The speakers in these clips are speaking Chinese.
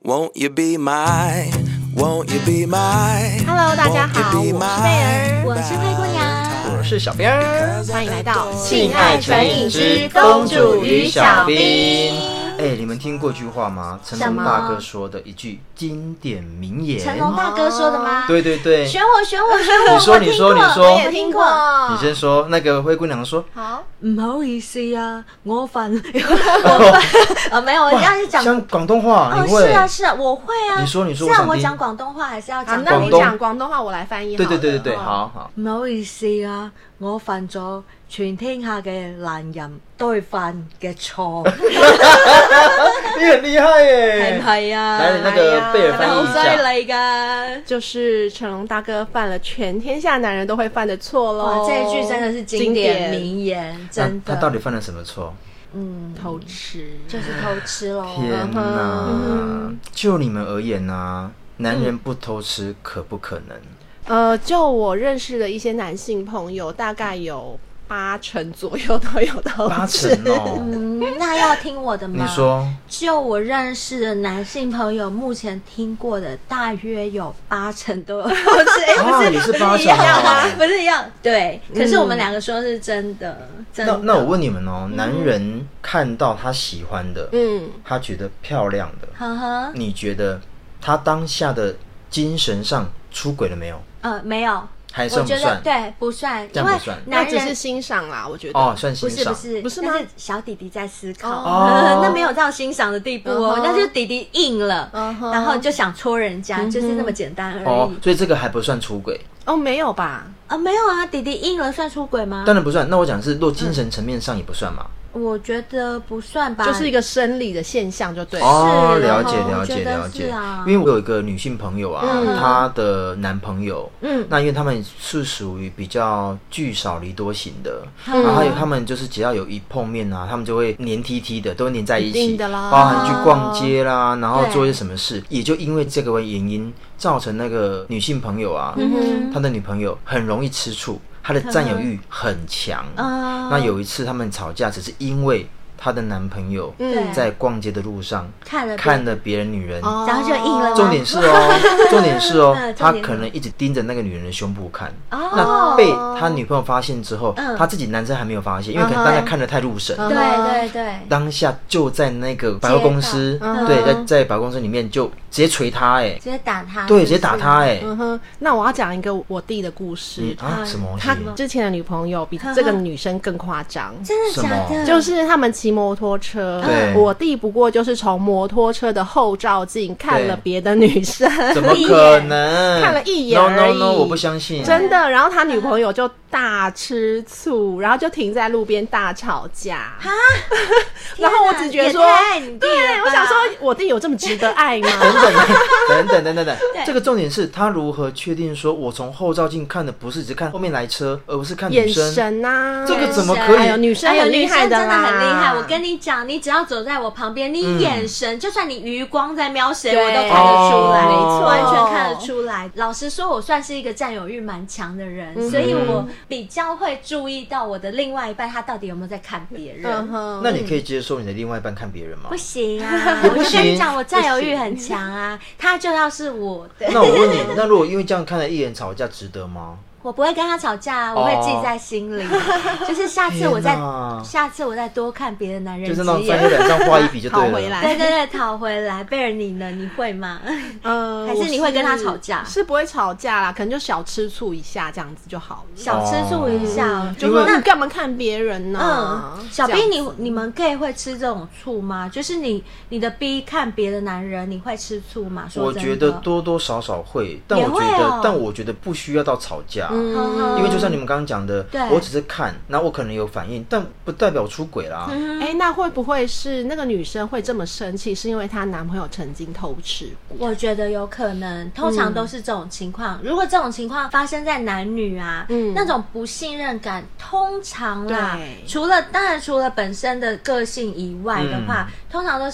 Won't you be my, won't you be my Hello， 大家好，我是贝儿， 我是灰姑娘， 我是小兵儿， 欢迎来到性爱成瘾之公主与小兵。你们听过一句话吗？成龙大哥说的一句经典名言。 成龙大哥说的吗？ 对对对， 选我，选我，选我！ 你说， 我也听过。 你先说，那个灰姑娘说。 好， 唔好意思啊，我犯，没有，我要是讲像广东话，你会？ 是啊，我会啊。 你说， 是啊，我讲广东话还是要讲？ 那你讲广东话，我来翻译。 对，好。 唔好意思啊，我犯咗全天下嘅男人都會犯嘅錯。 你很厲害耶， 係唔係啊？ 來，那個貝爾翻譯一下。 好犀利噶， 就是成龍大哥犯了全天下男人都會犯的錯咯。 這一句真的是經典名言，真的。 他到底犯了什麼錯？ 偷吃， 就是偷吃咯。 天哪！就你們而言啊，男人不偷吃可不可能？ 就我認識的一些男性朋友，大概有80%左右都有偷吃。 8%哦。 那要聽我的嗎？ 你說。 就我認識的男性朋友，目前聽過的大約有80%都有偷吃。 不是，也是8% 嗎？不是一樣，對。可是我們兩個說是真的，真的。 那我問你們哦，男人看到他喜歡的，他覺得漂亮的，你覺得他當下的精神上出軌了沒有？ 沒有。 還算不算？ 對，不算， 這樣不算。 那只是欣賞啦，我覺得。 哦，算欣賞。 不是嗎？ 那是小弟弟在思考，那沒有到欣賞的地步哦，那就弟弟硬了，然後就想戳人家，就是那麼簡單而已。 哦，所以這個還不算出軌。 哦，沒有吧？ 沒有啊，弟弟硬了算出軌嗎？ 當然不算。那我講是，若精神層面上也不算嘛。 我覺得不算吧， 就是一個生理的現象就對了。 哦，了解。因為我有一個女性朋友啊，她的男朋友，那因為他們是屬於比較聚少離多型的，然後還有他們就是只要有一碰面啊，他們就會黏 T 的，都會黏在一起，包含去逛街啦，然後做一些什麼事，也就因為這個原因，造成那個女性朋友啊，她的女朋友很容易吃醋。她的佔有欲很強，那有一次他們吵架，只是因為她的男朋友在逛街的路上看了別人女人， 然後就硬了嗎？ 重點是哦，他可能一直盯着那個女人的胸部看，那被他女朋友發現之後，他自己男生還沒有發現，因為可能當下看得太入神， 對， 當下就在那個百貨公司，對，在百貨公司裡面就直接捶他，直接打他， 對，直接打他， 那我要講一個我弟的故事啊，什麼？ 他之前的女朋友比這個女生更誇張， 真的假的？ 就是他們騎摩托車，我弟不過就是從摩托車的後照鏡看了別的女生， 怎麼可能？ 看了一眼而已。 No，我不相信。 真的，然後他女朋友就大吃醋，然後就停在路邊大吵架。然後我只覺得說，對，我想說我弟有這麼值得愛嗎？ 等，這個重點是他如何確定說我從後照鏡看的不是只看後面來車，而不是看女生？ 眼神啊， 這個怎麼可以？ 女生很厲害的啦， 真的很厲害。我跟你講，你只要走在我旁邊，你眼神，就算你餘光在瞄誰，我都看得出來，沒錯，完全看得出來。老實說，我算是一個佔有欲蠻強的人，所以我比較會注意到我的另外一半他到底有沒有在看別人。 那你可以接受你的另外一半看別人嗎？ 不行啊，我跟你講，我佔有欲很強啊，他就要是我的。 那我問你，那如果因為這樣看了一眼吵架，值得嗎？ 我不會跟他吵架，我會記在心裡。就是下次我再多看別的男人， 就是那種在黑板上畫一筆就對了。 回來， 對，討回來。貝爾你呢？你會嗎？還是你會跟他吵架？ 是不會吵架啦，可能就小吃醋一下，這樣子就好了。 小吃醋一下， 就說你幹嘛看別人呢？ 小 B， 你們 gay 會吃這種醋嗎？就是你的 B 看別的男人，你會吃醋嗎？ 我覺得多多少少會，但我覺得不需要到吵架。因為就像你們剛剛講的，我只是看，然後我可能有反應，但不代表出軌啦。 那會不會是那個女生會這麼生氣，是因為她男朋友曾經偷吃過？ 我覺得有可能，通常都是這種情況。如果這種情況發生在男女啊，那種不信任感，通常啦，當然除了本身的個性以外的話，通常都是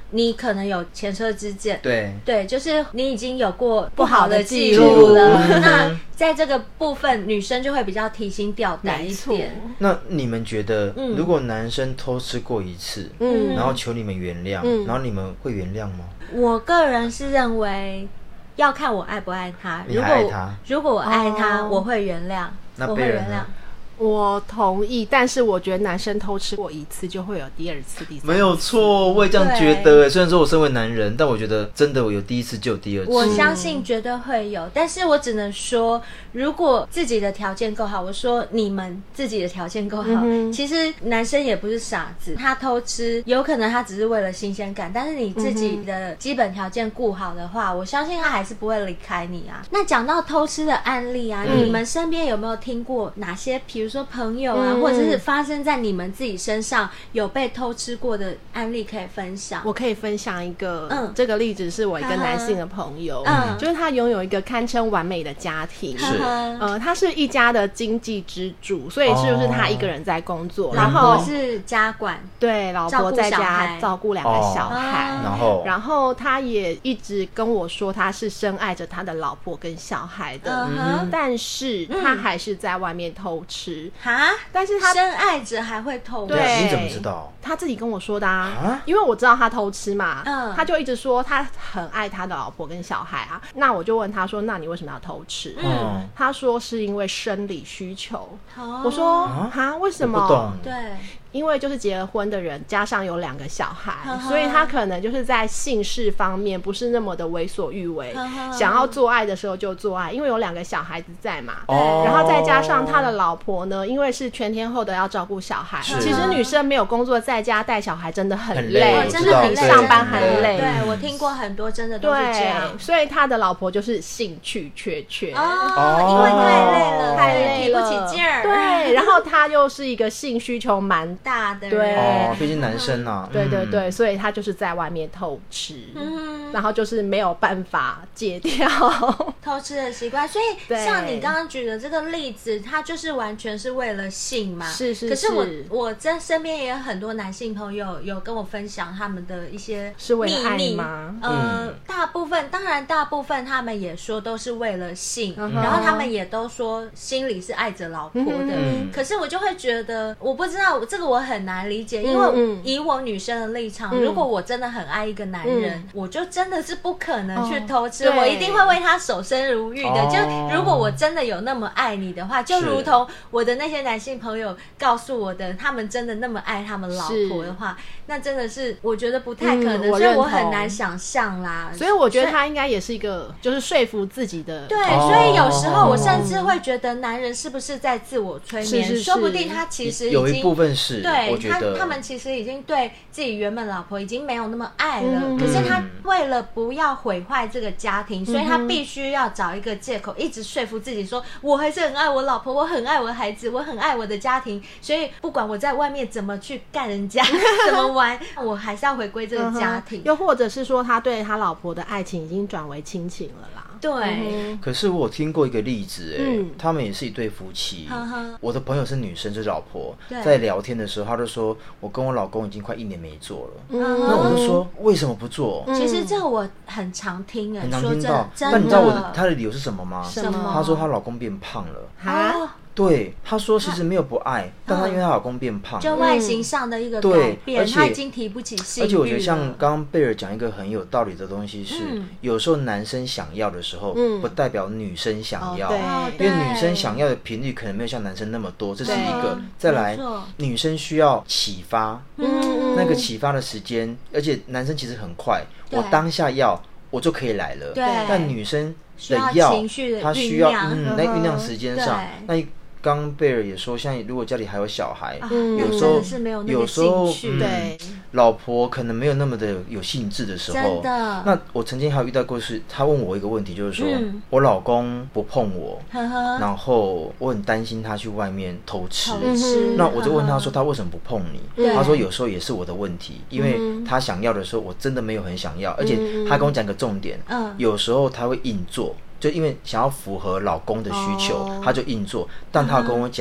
你可能有前车之鉴， 对， 就是你已经有过不好的记录了。那在这个部分，女生就会比较提心吊胆一点。 那你们觉得，如果男生偷吃过一次，然后求你们原谅，然后你们会原谅吗？ 我个人是认为要看我爱不爱他。 你还爱他？ 如果我爱他，我会原谅。 那贝尔呢？ 我同意，但是我觉得男生偷吃过一次就会有第二次、第三次。 没有错，我也这样觉得。虽然说我身为男人，但我觉得真的我有第一次就有第二次。 我相信绝对会有，但是我只能说，如果自己的条件够好，我说你们自己的条件够好，其实男生也不是傻子，他偷吃有可能他只是为了新鲜感，但是你自己的基本条件顾好的话，我相信他还是不会离开你啊。那讲到偷吃的案例啊，你们身边有没有听过哪些，比如说朋友啊，或者是发生在你们自己身上有被偷吃过的案例可以分享？ 我可以分享一个，这个例子是我一个男性的朋友，就是他拥有一个堪称完美的家庭，他是一家的经济支柱，所以就是他一个人在工作， 然后是家管， 对，老婆在家照顾2个小孩，然后他也一直跟我说他是深爱着他的老婆跟小孩的，但是他还是在外面偷吃。 但是他深爱着还会偷吃， 对， 你怎么知道？ 他自己跟我说的啊，因为我知道他偷吃嘛，他就一直说他很爱他的老婆跟小孩啊。那我就问他说，那你为什么要偷吃？他说是因为生理需求。我说为什么？ 我不懂。 对。 因为就是结了婚的人，加上有2个小孩，所以他可能就是在性事方面不是那么的为所欲为，想要做爱的时候就做爱，因为有2个小孩子在嘛。然后再加上他的老婆呢，因为是全天候的要照顾小孩，其实女生没有工作在家带小孩真的很累， 真的很累， 上班很累。 对，我听过很多真的都是这样。 所以他的老婆就是兴趣缺缺因为太累了， 太累了， 提不起劲儿。 对，然后他又是一个性需求蛮大的人， 对， 毕竟男生啊， 对，所以他就是在外面偷吃，然后就是没有办法戒掉偷吃的习惯。所以像你刚刚举的这个例子，他就是完全是为了性嘛。 是。 可是我在身边也有很多男性朋友有跟我分享他们的一些是为了爱吗？ 大部分他们也说都是为了性，然后他们也都说心里是爱着老婆的。可是我就会觉得，我不知道这个我很难理解，因为以我女生的立场，如果我真的很爱一个男人，我就真的是不可能去偷吃，我一定会为他守身如玉的。就如果我真的有那么爱你的话，就如同我的那些男性朋友告诉我的，他们真的那么爱他们老婆的话，那真的是我觉得不太可能，所以我很难想象啦。 所以我觉得他应该也是一个就是说服自己的。 对，所以有时候我甚至会觉得男人是不是在自我催眠，说不定他其实已经有一部分是， 对， 我觉得他们其实已经对自己原本老婆已经没有那么爱了，可是他为了不要毁坏这个家庭，所以他必须要找一个借口，一直说服自己说，我还是很爱我老婆，我很爱我的孩子，我很爱我的家庭，所以不管我在外面怎么去干人家怎么玩，我还是要回归这个家庭。 又或者是说他对他老婆的爱情已经转为亲情了啦。 对， 可是我有听过一个例子，他们也是一对夫妻。我的朋友是女生，就是老婆，在聊天的时候，他就说：“我跟我老公已经快1年没做了。”那我就说：“为什么不做？” 其实这我很常听， 很常听到。但你知道他的理由是什么吗？ 什么？ 他说她老公变胖了。对，她说其实没有不爱，但她因为她老公变胖， 就外形上的一个改变，她已经提不起性欲了。 而且我觉得像刚刚贝尔讲一个很有道理的东西是，有时候男生想要的时候，不代表女生想要，因为女生想要的频率可能没有像男生那么多，这是一个。再来，女生需要启发，那个启发的时间，而且男生其实很快，我当下要我就可以来了，但女生的要她需要在酝酿时间上，那刚贝尔也说，像如果家里还有小孩，有时候老婆可能没有那么的有兴致的时候，那我曾经还有遇到过是，他问我一个问题，就是说我老公不碰我，然后我很担心他去外面偷吃，那我就问他说他为什么不碰你？他说有时候也是我的问题，因为他想要的时候我真的没有很想要，而且他跟我讲个重点，有时候他会硬做，就因为想要符合老公的需求，他就硬做，但他跟我讲，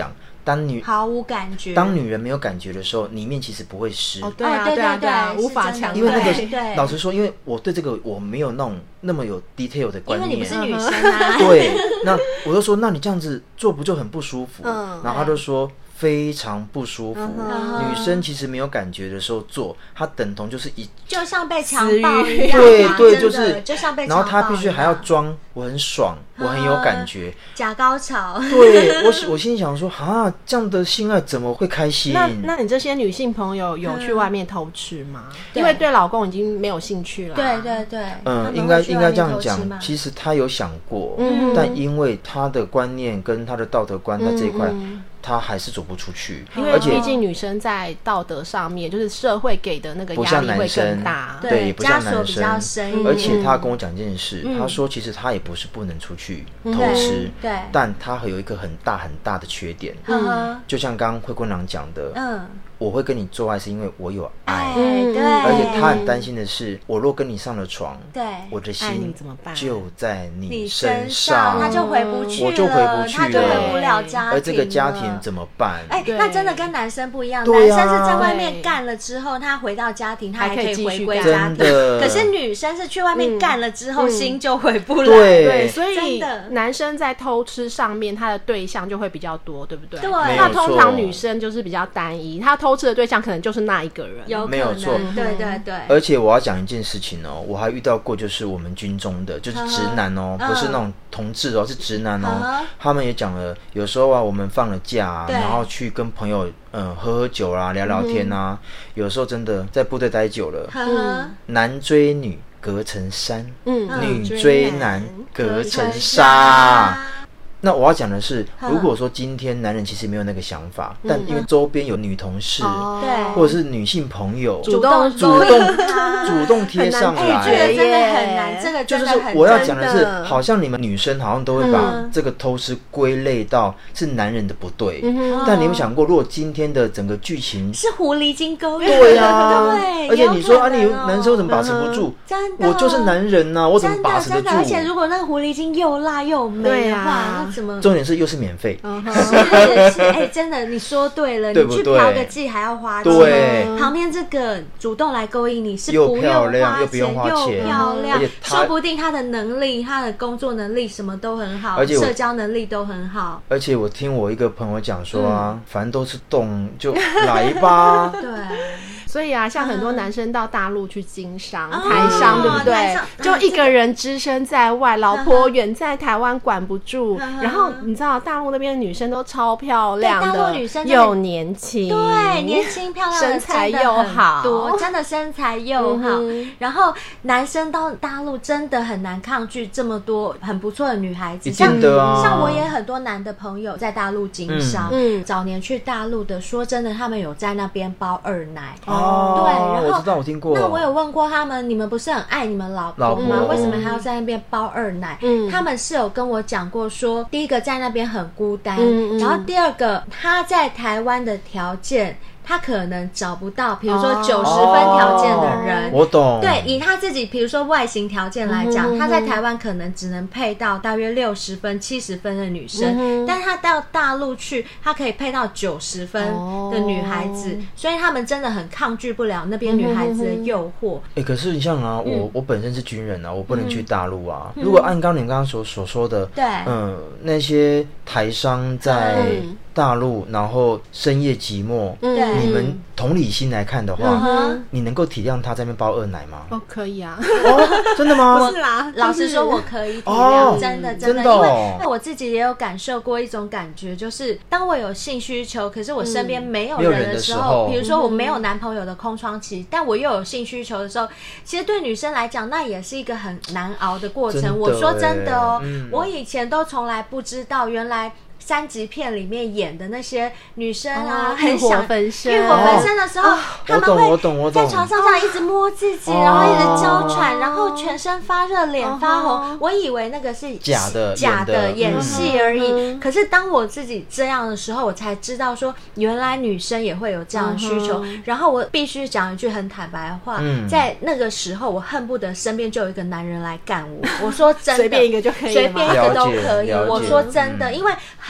毫无感觉。 当女人没有感觉的时候，里面其实不会湿。 对啊，无法强因为那个老实说，因为我对这个我没有那么有 detail 的观念， 因为你不是女生啊。 对，那我就说，那你这样子做不就很不舒服？然后他就说非常不舒服。女生其实没有感觉的时候做，她等同就是就像被强暴一样。 对，就像被强暴一样。 然后她必须还要装我很爽，我很有感觉， 假高潮。 对，我心里想说，这样的性爱怎么会开心？ 那你这些女性朋友有去外面偷吃吗？因为对老公已经没有兴趣了。 对。 应该这样讲。其实她有想过，但因为她的观念跟她的道德观在这一块。他还是走不出去， 因为毕竟女生在道德上面，就是社会给的那个压力会更大， 对，也不像男生。 而且他跟我讲一件事，他说其实他也不是不能出去偷吃， 对， 但他还有一个很大很大的缺点，就像刚刚灰姑娘讲的，我会跟你做爱是因为我有爱， 对， 而且他很担心的是，我若跟你上了床， 对， 我的心就在你身上，他就回不去了， 我就回不去了， 他就回不了家庭了， 而这个家庭怎么办？ 那真的跟男生不一样，男生是在外面干了之后，他回到家庭，他还可以回归家庭，可是女生是去外面干了之后，心就回不来， 对，所以男生在偷吃上面，他的对象就会比较多，对不对？ 对， 那通常女生就是比较单一，他偷吃的对象可能就是那一个人， 没有错， 对。 而且我要讲一件事情哦，我还遇到过，就是我们军中的，就是直男哦，不是那种同志哦，是直男哦，他们也讲了，有时候我们放了假，然后去跟朋友喝酒啦，聊聊天啊，有时候真的在部队待久了，男追女隔层山，女追男隔层纱。那我要讲的是，如果说今天男人其实没有那个想法，但因为周边有女同事，或者是女性朋友主动贴上来， 这个真的很难，这个真的很难。 就是我要讲的是，好像你们女生好像都会把这个偷吃归类到是男人的不对，但你有想过，如果今天的整个剧情是狐狸精勾引， 对啊，而且你说你男生怎么把持不住？我就是男人呐，我怎么把持得住？ 而且如果那个狐狸精又辣又美的话， 重点是又是免费， 是真的，你说对了，你去嫖个妓还要花钱， 对， 旁边这个主动来勾引你是又漂亮又不用花钱， 又漂亮，说不定他的能力、他的工作能力什么都很好，社交能力都很好。 而且我听我一个朋友讲说反正都是动就来吧， 对。 所以像很多男生到大陆去经商、台商，对不对？就一个人只身在外，老婆远在台湾管不住。然后你知道大陆那边的女生都超漂亮的， 大陆女生又年轻， 对，年轻漂亮的身材又好， 真的身材又好。然后男生到大陆真的很难抗拒这么多很不错的女孩子，像我也很多男的朋友在大陆经商，早年去大陆的，说真的，他们有在那边包二奶。对，然后我知道，我听过。 那我有问过他们，你们不是很爱你们老婆吗？为什么还要在那边包二奶？他们是有跟我讲过说，第一个在那边很孤单，然后第二个他在台湾的条件。他可能找不到，比如说90分条件的人， 我懂。 对，以他自己，比如说外形条件来讲，他在台湾可能只能配到大约60分、70分的女生，但他到大陆去，他可以配到90分的女孩子，所以他们真的很抗拒不了那边女孩子的诱惑。 可是你像我本身是军人啊，我不能去大陆啊。如果按你刚刚所说的， 对， 那些台商在大陆，然后深夜寂寞，你们同理心来看的话，你能够体谅他在那边包二奶吗？ 可以啊。 真的吗？ 不是啦， 老实说，我可以体谅，真的，因为我自己也有感受过一种感觉，就是当我有性需求，可是我身边没有人的时候，比如说我没有男朋友的空窗期，但我又有性需求的时候，其实对女生来讲，那也是一个很难熬的过程。我说真的哦，我以前都从来不知道，原来3级片里面演的那些女生很想焚身的时候，他们会在床上这样一直摸自己，然后一直娇喘，然后全身发热，脸发红。我以为那个是假的演戏而已。可是当我自己这样的时候，我才知道说，原来女生也会有这样的需求。然后我必须讲一句很坦白的话，在那个时候，我恨不得身边就有一个男人来干我。我说真的， 随便一个就可以， 随便一个都可以。我说真的，因为很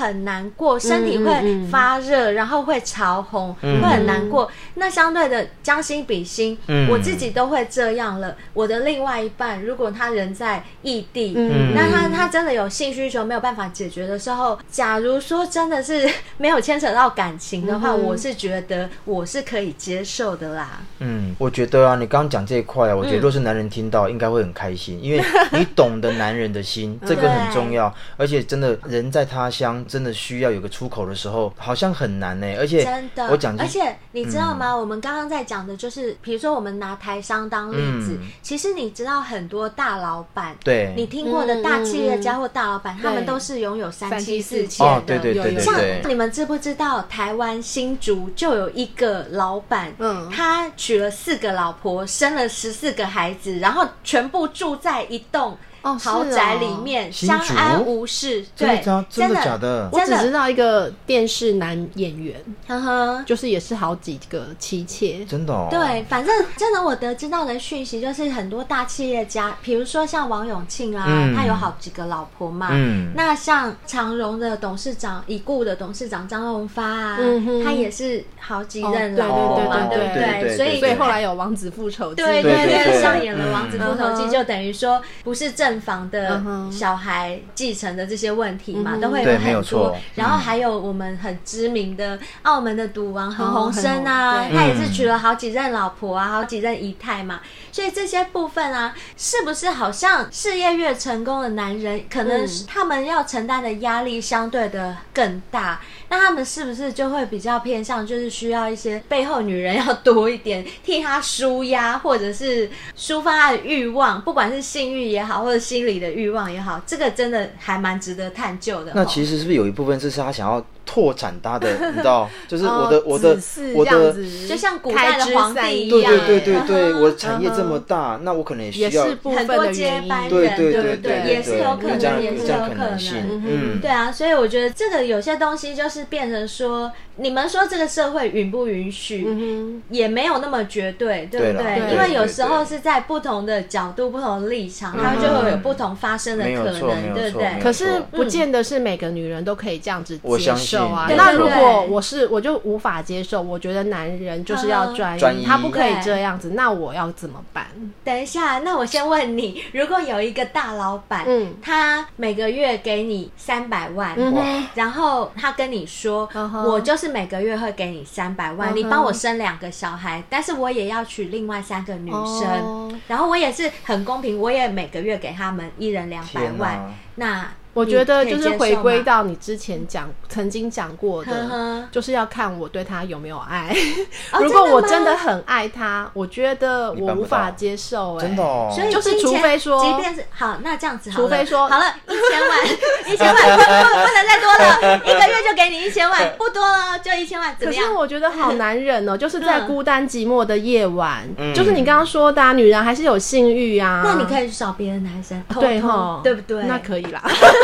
很难过，身体会发热，然后会潮红，会很难过。那相对的将心比心，我自己都会这样了。我的另外一半，如果他人在异地，那他真的有性需求没有办法解决的时候，假如说真的是没有牵扯到感情的话，我是觉得我是可以接受的啦。 我觉得啊，你刚刚讲这一块啊，我觉得若是男人听到应该会很开心，因为你懂得男人的心，这个很重要。而且真的人在他乡，真的需要有个出口的时候，好像很难而且真的， 我讲， 而且你知道吗？我们刚刚在讲的就是，比如说我们拿台商当例子，其实你知道很多大老板，对，你听过的大企业家或大老板，他们都是拥有3妻4妾的。对，像你们知不知道台湾新竹就有一个老板，他娶了4个老婆，生了14个孩子，然后全部住在一栋豪宅里面，相安无事。 对，真的假的？ 我只知道一个电视男演员，就是也是好几个妻妾， 真的对，反正真的我得知到的讯息就是很多大企业家，比如说像王永庆啊，他有好几个老婆嘛。那像长荣的董事长，已故的董事长张荣发啊，他也是好几任老婆嘛，对不对？ 所以后来有王子复仇记， 对，上演了王子复仇记，就等于说不是正房的小孩继承的这些问题嘛，都会有很多。然后还有我们很知名的澳门的赌王何鸿燊啊，他也是娶了好几任老婆啊，好几任姨太嘛。所以这些部分啊，是不是好像事业越成功的男人，可能他们要承担的压力相对的更大？那他们是不是就会比较偏向，就是需要一些背后女人要多一点，替他抒压，或者是抒发他的欲望，不管是性欲也好，或者心理的欲望也好，这个真的还蛮值得探究的。 那其实是不是有一部分是他想要拓展他的，你知道，就是我的， 就像古代的皇帝一样， 对，我的产业这么大，那我可能也需要很多接班人，对，也是有可能，也是有可能，对啊，所以我觉得这个有些东西就是变成说，你们说这个社会允不允许，也没有那么绝对，对不对？因为有时候是在不同的角度、不同的立场，它就会有不同发生的可能，对不对？ 可是不见得是每个女人都可以这样子接受啊。那如果我就无法接受，我觉得男人就是要专一，他不可以这样子，那我要怎么办？ 等一下，那我先问你，如果有一个大老板，他每个月给你300万，然后他跟你说，我就是每个月会给你300万，你帮我生2个小孩，但是我也要娶另外3个女生，然后我也是很公平，我也每个月给他们1人200万，那我觉得就是回归到你之前曾经讲过的，就是要看我对他有没有爱。如果我真的很爱他，我觉得我无法接受。 真的所以就是除非说， 即便是好，那这样子好了， 除非说好了，1000万，1000万不能再多了，1个月就给你1000万，不多了，就1000万，怎么样？ 可是我觉得好难忍哦，就是在孤单寂寞的夜晚，就是你刚刚说的，女人还是有性欲啊。 那你可以去找别的男生， 对齁， 对不对？ 那可以啦。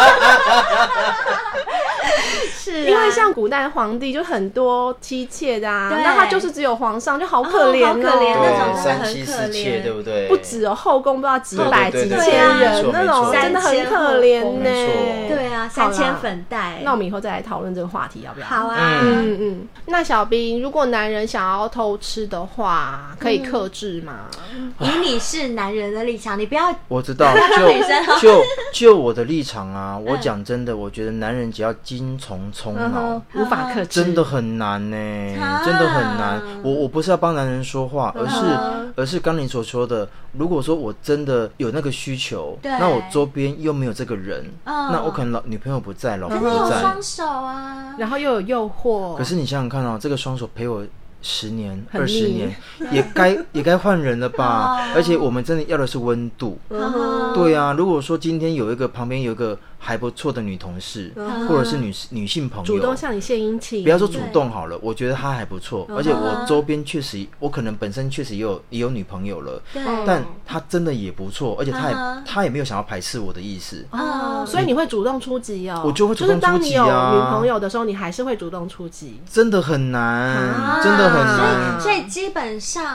是因为像古代皇帝就很多妻妾的啊，那他就是只有皇上，就好可怜好可怜那种，真的很可怜，对不对？ 不止哦，后宫不知道几百几千人，那种真的很可怜呢。 对啊，3000粉黛。 那我们以后再来讨论这个话题，要不要？ 好啊。 那小兵，如果男人想要偷吃的话，可以克制吗？ 以你是男人的立场，你不要， 我知道，就我的立场啊，我讲真的，我觉得男人只要精虫充脑， 无法克制， 真的很难呢，真的很难。我不是要帮男人说话，而是刚你所说的，如果说我真的有那个需求，那我周边又没有这个人，那我可能女朋友不在，老婆不在， 可是有双手啊， 然后又有诱惑。 可是你想想看哦，这个双手陪我10年、20年，也该换人了吧？而且我们真的要的是温度。对啊，如果说今天旁边有一个还不错的女同事，或者是女性朋友主动向你献殷勤， 不要说主动好了，我觉得她还不错，而且我周边确实，我可能本身确实也有女朋友了，但她真的也不错，而且她也没有想要排斥我的意思。 所以你会主动出击哦？ 我就会主动出击啊！ 就是当你有女朋友的时候，你还是会主动出击， 真的很难，真的很难。 所以基本上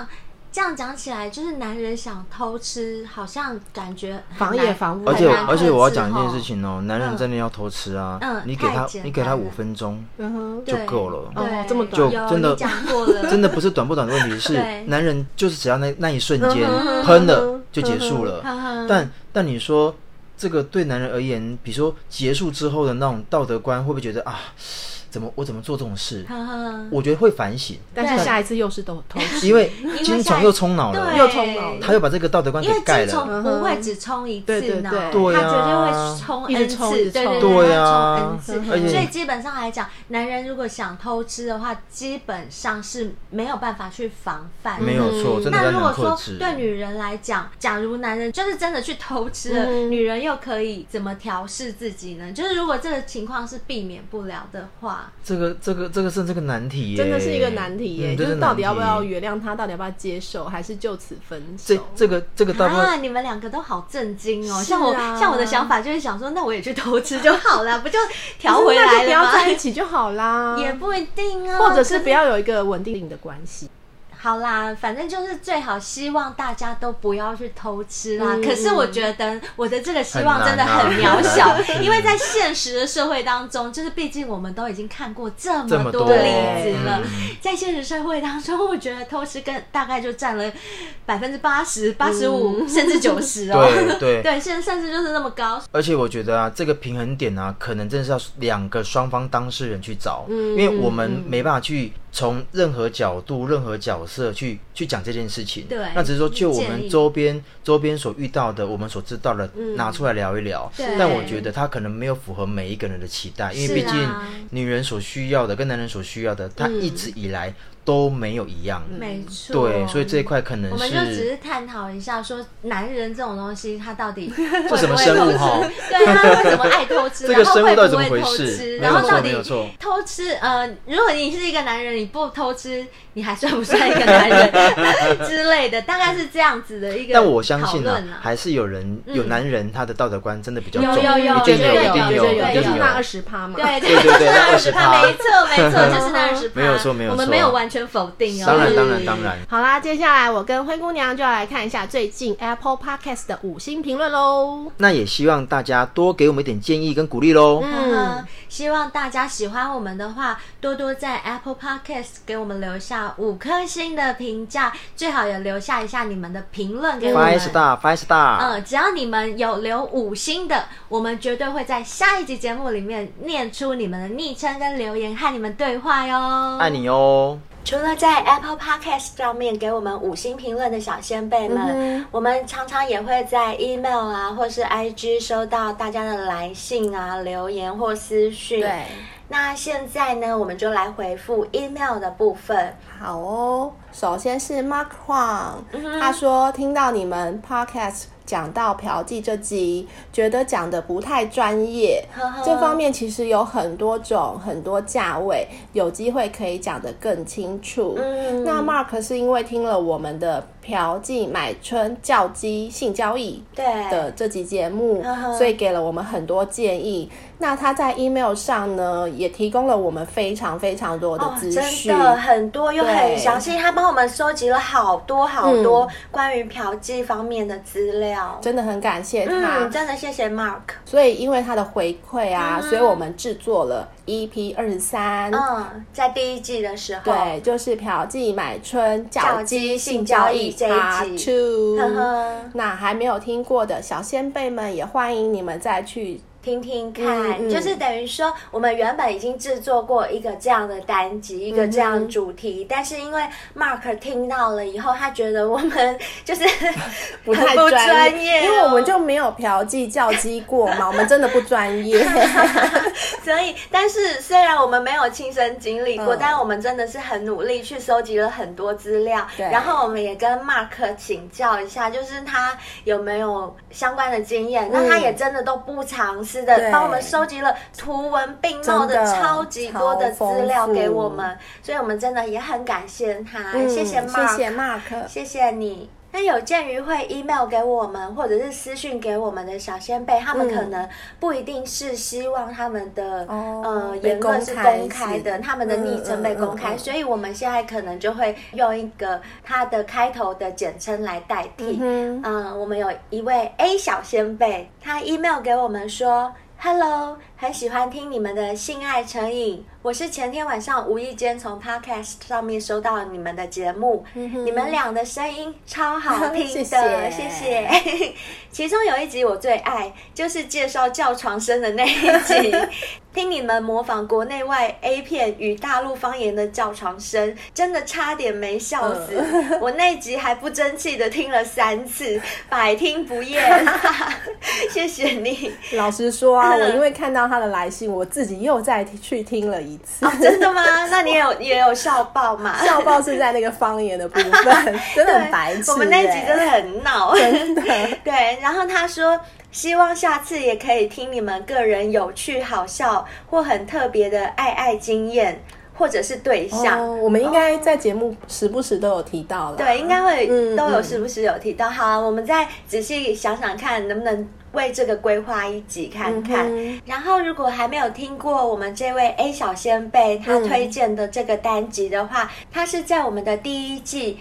这样讲起来，就是男人想偷吃，好像感觉防也防不。 而且我要讲一件事情哦，男人真的要偷吃啊，你给他5分钟就够了。 对， 这么短， 就真的讲过了， 真的不是短不短的问题，是男人就是只要那一瞬间喷了就结束了。但你说这个对男人而言，比如说结束之后的那种道德观，会不会觉得啊？我怎么做这种事？我觉得会反省， 但是下一次又是偷吃， 因为金虫又冲脑了，他又把这个道德观给盖了。 因为金虫不会只冲一次脑， 对啊， 他绝对会冲 N 次， 对啊， 冲 N 次。所以基本上来讲，男人如果想偷吃的话，基本上是没有办法去防范， 没有错。真的那如果说对女人来讲，假如男人就是真的去偷吃了，女人又可以怎么调适自己呢？就是如果这个情况是避免不了的话。 这个是这个难题耶， 真的是一个难题耶，就是到底要不要原谅他，到底要不要接受，还是就此分手？ 这个大部分你们2个都好震惊哦。像我的想法就是想说，那我也去偷吃就好了，不就调回来了吗？ 那就不要在一起就好啦， 也不一定啊， 或者是不要有一个稳定的关系。 好啦，反正就是最好希望大家都不要去偷吃啦。可是我觉得我的这个希望真的很渺小，因为在现实的社会当中，就是毕竟我们都已经看过这么多例子了。在现实社会当中，我觉得偷吃大概就占了80%、85%，甚至90%哦。对，甚至就是那么高。 而且我觉得啊，这个平衡点啊，可能真的是要2个双方当事人去找，因为我们没办法去从任何角度、任何角色去讲这件事情。 对， 那只是说就我们周边所遇到的，我们所知道的，拿出来聊一聊。但我觉得它可能没有符合每一个人的期待，因为毕竟女人所需要的跟男人所需要的，它一直以来都没有一样。 没错， 对，所以这一块可能是我们就只是探讨一下，说男人这种东西，他到底是什么生物哈？ 对，他为什么爱偷吃？ 这个生物到底怎么回事？ 然后到底偷吃如果你是一个男人，你不偷吃，你还算不算一个男人之类的？大概是这样子的一个。 但我相信啊，还是有男人他的道德观真的比较重， 有， 一定有， 就是那20%嘛。 对，那20%，没错，就是那20%， 没有错， 我们没有完全否定哦。 当然。 好啦，接下来我跟灰姑娘就要来看一下最近 Apple Podcast 的5星评论喽。 那也希望大家多给我们一点建议跟鼓励喽。 希望大家喜欢我们的话，多多在 Apple Podcast 给我们留下5颗星的评价，最好也留下一下你们的评论给我们。 5 star。 只要你们有留5星的，我们绝对会在下一集节目里面念出你们的昵称跟留言，和你们对话哟。 爱你哦。 除了在 Apple Podcast 上面给我们5星评论的小先辈们，我们常常也会在 email 啊或是 IG 收到大家的来信啊、留言或私讯。 对， 那现在呢，我们就来回复 email 的部分。 好哦，首先是 Mark Huang，他说听到你们 Podcast讲到嫖妓这集，觉得讲的不太专业，这方面其实有很多种很多价位，有机会可以讲得更清楚。那 Mark 是因为听了我们的嫖妓买春教基性交易的这集节目，所以给了我们很多建议。那他在 email 上呢，也提供了我们非常非常多的资讯， 真的很多又很详细，他帮我们收集了好多关于嫖妓方面的资料， 真的很感谢他， 真的谢谢 Mark。 所以因为他的回馈啊，所以我们制作了 EP 23， 在第1季的时候， 对，就是嫖妓买春教基性交易这一集 2，那还没有听过的小先辈们，也欢迎你们再去听听看，就是等于说我们原本已经制作过一个这样的单集，一个这样的主题，但是因为 Mark 听到了以后，他觉得我们就是不太专业，因为我们就没有嫖妓教基过嘛，我们真的不专业。 所以，但是虽然我们没有亲身经历过，但我们真的是很努力去收集了很多资料，然后我们也跟 Mark 请教一下，就是他有没有相关的经验，那他也真的都不藏私的帮我们收集了图文并茂的超级多的资料给我们，所以我们真的也很感谢他，谢谢 Mark， 谢谢 Mark， 谢谢你。 那有鉴于会 email 给我们或者是私讯给我们的小先辈，他们可能不一定是希望他们的言论是公开的，他们的昵称被公开，所以我们现在可能就会用一个他的开头的简称来代替。我们有一位 A 小先辈，他 email 给我们说，Hello， 很喜欢听你们的性爱成瘾。我是前天晚上无意间从 Podcast 上面收到你们的节目，你们俩的声音超好听的，谢谢。其中有一集我最爱，就是介绍叫床声的那一集。听你们模仿国内外 A 片与大陆方言的叫床声，真的差点没笑死。我那集还不争气的听了3次，百听不厌。谢谢你。 老实说啊，我因为看到他的来信，我自己又再去听了一次。 真的吗？那你也有笑爆吗？ 笑爆是在那个方言的部分，真的很白痴。 我们那集真的很闹， 真的。 对，然后他说，希望下次也可以听你们个人有趣、好笑或很特别的爱经验，或者是对象。 我们应该在节目时不时都有提到了。 对，应该会都有时不时有提到。好，我们再仔细想想看，能不能为这个规划一集看看。然后如果还没有听过我们这位 A 小先辈他推荐的这个单集的话，他是在我们的第1季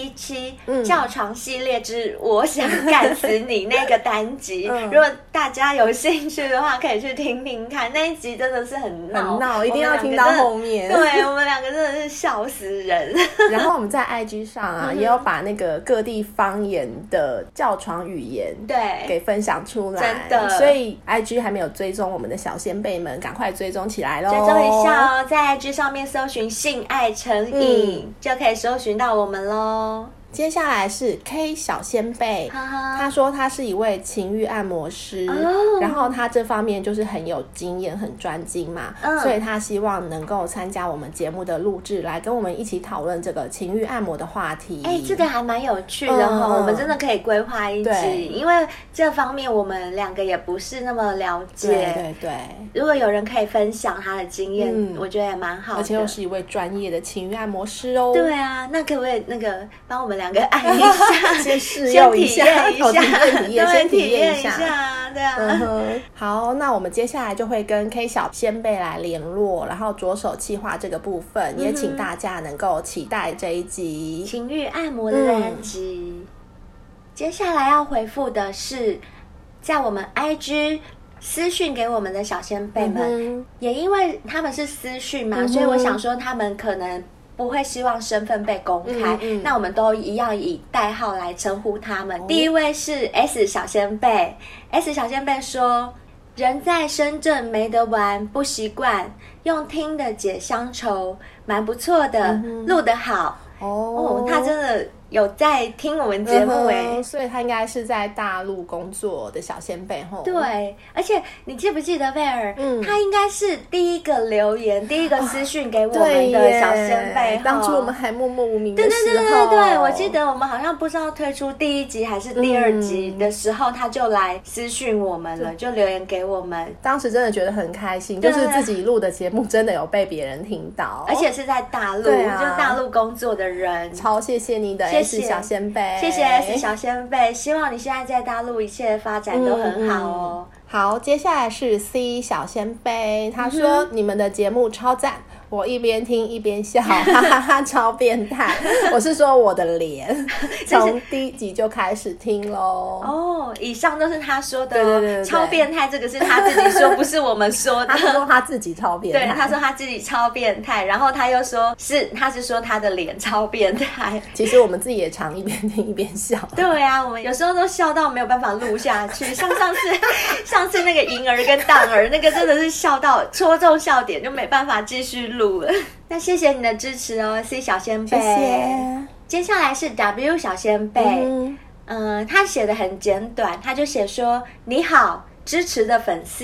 EP7 叫床系列之我想干死你那个单集。如果大家有兴趣的话，可以去听听看，那一集真的是很闹， 一定要听到后面。 对，我们两个真的是笑死人。 然后我们在 IG 上啊，也有把那个各地方言的叫床语言给分享出来， 真的。 所以 IG 还没有追踪我们的小先辈们，赶快追踪起来咯。 追踪一下哦，在 IG 上面搜寻性爱成瘾，就可以搜寻到我们咯。 接下来是 K 小先辈，他说他是一位情欲按摩师，然后他这方面就是很有经验很专精嘛，所以他希望能够参加我们节目的录制，来跟我们一起讨论这个情欲按摩的话题。 这个还蛮有趣的我们真的可以规划一集，因为这方面我们两个也不是那么了解。 对， 如果有人可以分享他的经验，我觉得也蛮好的， 而且又是一位专业的情欲按摩师哦。 对啊，那可不可以帮我们两个按一下， 先试用一下，先体验一下， 对啊。 好，那我们接下来就会跟 K 小先辈来联络，然后着手企划这个部分，也请大家能够期待这一集情欲按摩的单集。接下来要回复的是在我们 IG 私讯给我们的小先辈们，也因为他们是私讯嘛，所以我想说他们可能不会希望身份被公开，那我们都一样以代号来称呼他们。第一位是 S 小先辈，S 小先辈说，人在深圳没得玩，不习惯，用听的解乡愁，蛮不错的，录得好。他真的有在听我们节目所以他应该是在大陆工作的小先辈对，而且你记不记得贝尔，他应该是第一个留言第一个私讯给我们的小先辈当初我们还默默无名的时候， 对，我记得我们好像不知道推出第1集还是第2集的时候，他就来私讯我们了，就留言给我们。 当时真的觉得很开心，就是自己录的节目真的有被别人听到， 而且是在大陆，就大陆工作的人。 超谢谢你的 S 小先辈， 谢谢 S 小先辈，希望你现在在大陆一切的发展都很好哦。 好，接下来是 C 小先辈，他说你们的节目超赞，我一边听一边笑，哈哈哈，超变态。我是说我的脸，从第1集就开始听咯。 以上都是他说的对，超变态这个是他自己说，不是我们说的。 他说他自己超变态， 对，他说他自己超变态，然后他又说他是说他的脸超变态。 其实我们自己也常一边听一边笑。 对啊，我们有时候都笑到没有办法录下去，像上次那个银儿跟蛋儿那个真的是笑到戳中笑点，就没办法继续录了。那谢谢你的支持哦 ，C 小先辈。 谢谢。 接下来是 W 小先辈，他写的很简短，他就写说：“你好，支持的粉丝。”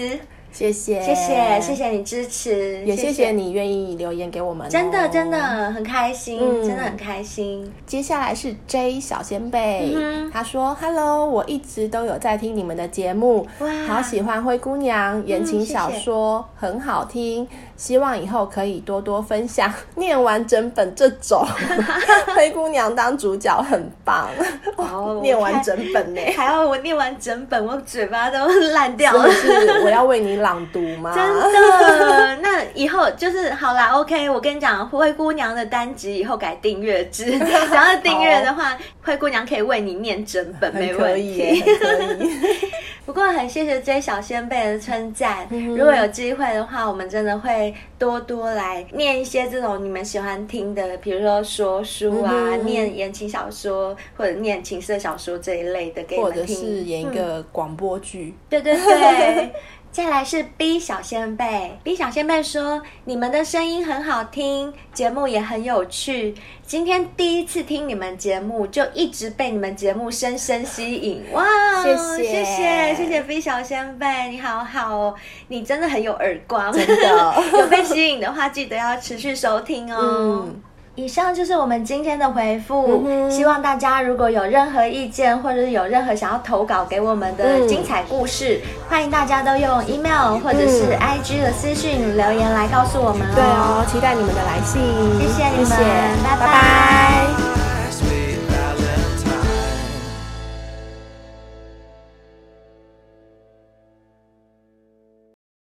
谢谢你支持， 也谢谢你愿意留言给我们， 真的很开心，真的很开心。 接下来是 J 小仙贝，他说 Hello， 我一直都有在听你们的节目，好喜欢灰姑娘言情小说，很好听，希望以后可以多多分享念完整本这种灰姑娘当主角很棒。念完整本呢， 还要我念完整本，我嘴巴都烂掉了。 是我要为你朗读吗？ 真的，那以后就是好啦 OK， 我跟你讲，灰姑娘的单集以后改订阅制，然后订阅的话灰姑娘可以为你念整本，没问题，可以。不过很谢谢 J 小仙贝的称赞，如果有机会的话，我们真的会多多来念一些这种你们喜欢听的，比如说说书啊，念言情小说或者念情色小说这一类的给你们听， 或者是演一个广播剧。 对。再来是 B 小仙贝 ，B 小仙贝说你们的声音很好听，节目也很有趣。今天第一次听你们节目，就一直被你们节目深深吸引。哇，谢谢 B 小仙贝，你好好哦，你真的很有耳光， 真的有被吸引的话，记得要持续收听哦。以上就是我们今天的回复，希望大家如果有任何意见，或者是有任何想要投稿给我们的精彩故事，欢迎大家都用 email 或者是 IG 的私讯留言来告诉我们哦。 对哦，期待你们的来信， 谢谢你们。